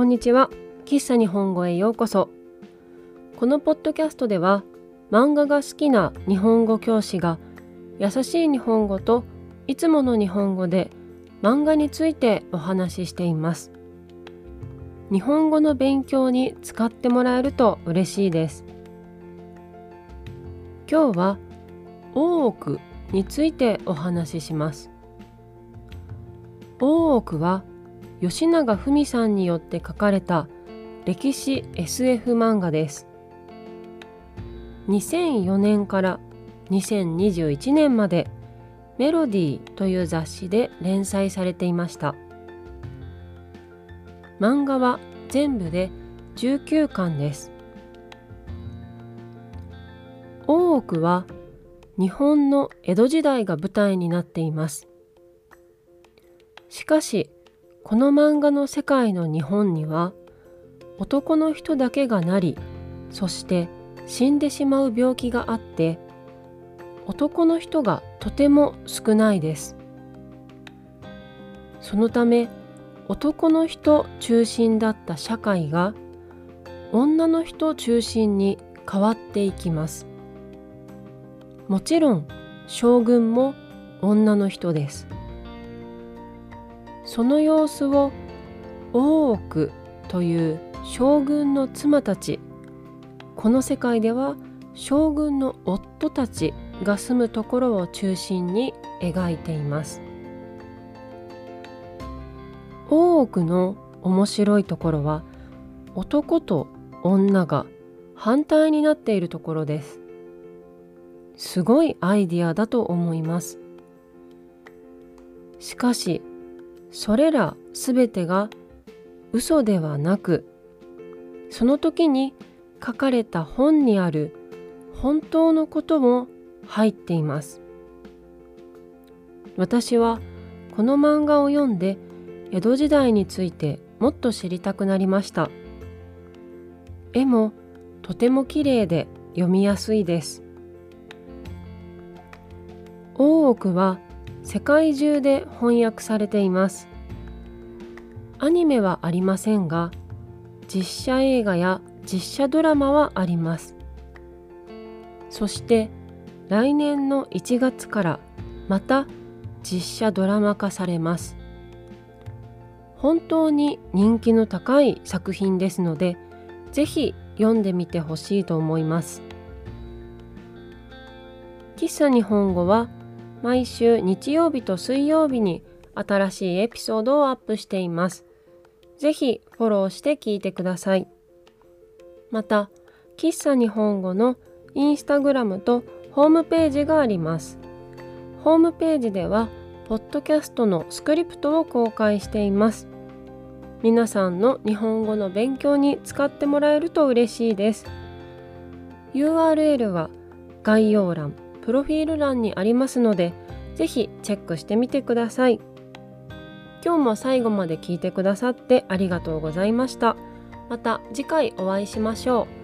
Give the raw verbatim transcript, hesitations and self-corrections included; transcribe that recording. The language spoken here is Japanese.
こんにちは。喫茶日本語へようこそ。このポッドキャストでは、漫画が好きな日本語教師が優しい日本語といつもの日本語で漫画についてお話ししています。日本語の勉強に使ってもらえると嬉しいです。今日は大奥についてお話しします。大奥は吉永文さんによって書かれた歴史 エスエフ 漫画です。にせんよねんからにせんにじゅういちねんまでメロディーという雑誌で連載されていました。漫画は全部でじゅうきゅうかんです。大奥は日本の江戸時代が舞台になっています。しかし、この漫画の世界の日本には男の人だけがなり、そして死んでしまう病気があって、男の人がとても少ないです。そのため、男の人中心だった社会が女の人中心に変わっていきます。もちろん将軍も女の人です。その様子を大奥という将軍の妻たち、この世界では将軍の夫たちが住むところを中心に描いています。大奥の面白いところは、男と女が反対になっているところです。すごいアイディアだと思います。しかし、それらすべてが嘘ではなく、その時に書かれた本にある本当のことも入っています。私はこの漫画を読んで江戸時代についてもっと知りたくなりました。絵もとても綺麗で読みやすいです。大奥は世界中で翻訳されています。アニメはありませんが、実写映画や実写ドラマはあります。そして来年のいちがつからまた実写ドラマ化されます。本当に人気の高い作品ですので、ぜひ読んでみてほしいと思います。喫茶日本語は毎週日曜日と水曜日に新しいエピソードをアップしています。ぜひフォローして聞いてください。また、喫茶日本語のインスタグラムとホームページがあります。ホームページでは、ポッドキャストのスクリプトを公開しています。皆さんの日本語の勉強に使ってもらえると嬉しいです。ユーアールエル は概要欄、プロフィール欄にありますので、ぜひチェックしてみてください。今日も最後まで聞いてくださってありがとうございました。また次回お会いしましょう。